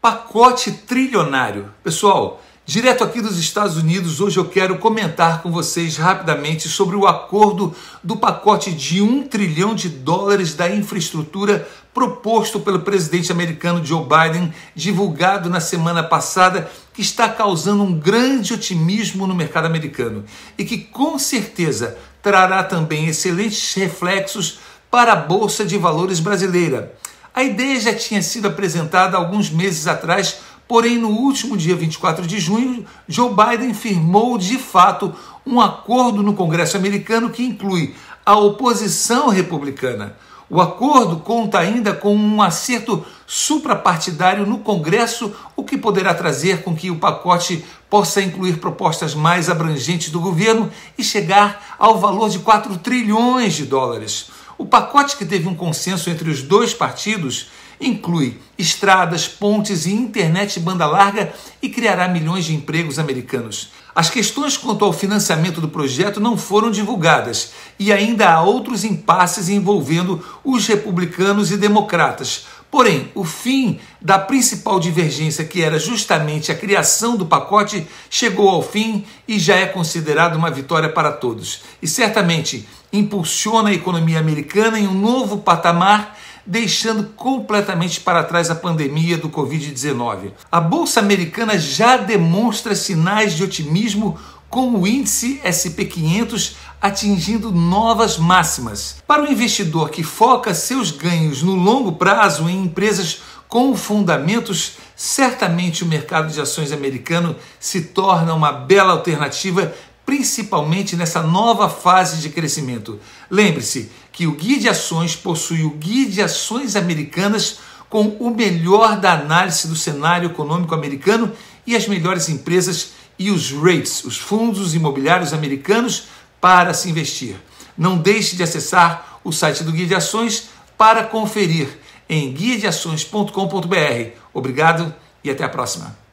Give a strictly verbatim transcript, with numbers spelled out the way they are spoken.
Pacote trilionário. Pessoal, direto aqui dos Estados Unidos, hoje eu quero comentar com vocês rapidamente sobre o acordo do pacote de um trilhão de dólares da infraestrutura proposto pelo presidente americano Joe Biden, divulgado na semana passada, que está causando um grande otimismo no mercado americano e que com certeza trará também excelentes reflexos para a Bolsa de Valores brasileira. A ideia já tinha sido apresentada alguns meses atrás, porém no último dia vinte e quatro de junho, Joe Biden firmou de fato um acordo no Congresso americano que inclui a oposição republicana. O acordo conta ainda com um acerto suprapartidário no Congresso, o que poderá trazer com que o pacote possa incluir propostas mais abrangentes do governo e chegar ao valor de quatro trilhões de dólares. O pacote, que teve um consenso entre os dois partidos, inclui estradas, pontes e internet banda larga e criará milhões de empregos americanos. As questões quanto ao financiamento do projeto não foram divulgadas e ainda há outros impasses envolvendo os republicanos e democratas. Porém, o fim da principal divergência, que era justamente a criação do pacote, chegou ao fim e já é considerado uma vitória para todos. E certamente impulsiona a economia americana em um novo patamar, deixando completamente para trás a pandemia do covid dezenove. A Bolsa Americana já demonstra sinais de otimismo, com o índice S e P quinhentos atingindo novas máximas. Para o investidor que foca seus ganhos no longo prazo em empresas com fundamentos, certamente o mercado de ações americano se torna uma bela alternativa, principalmente nessa nova fase de crescimento. Lembre-se que o Guia de Ações possui o Guia de Ações Americanas com o melhor da análise do cenário econômico americano e as melhores empresas e os rates, os fundos imobiliários americanos para se investir. Não deixe de acessar o site do Guia de Ações para conferir em guia de ações ponto com ponto br. Obrigado e até a próxima.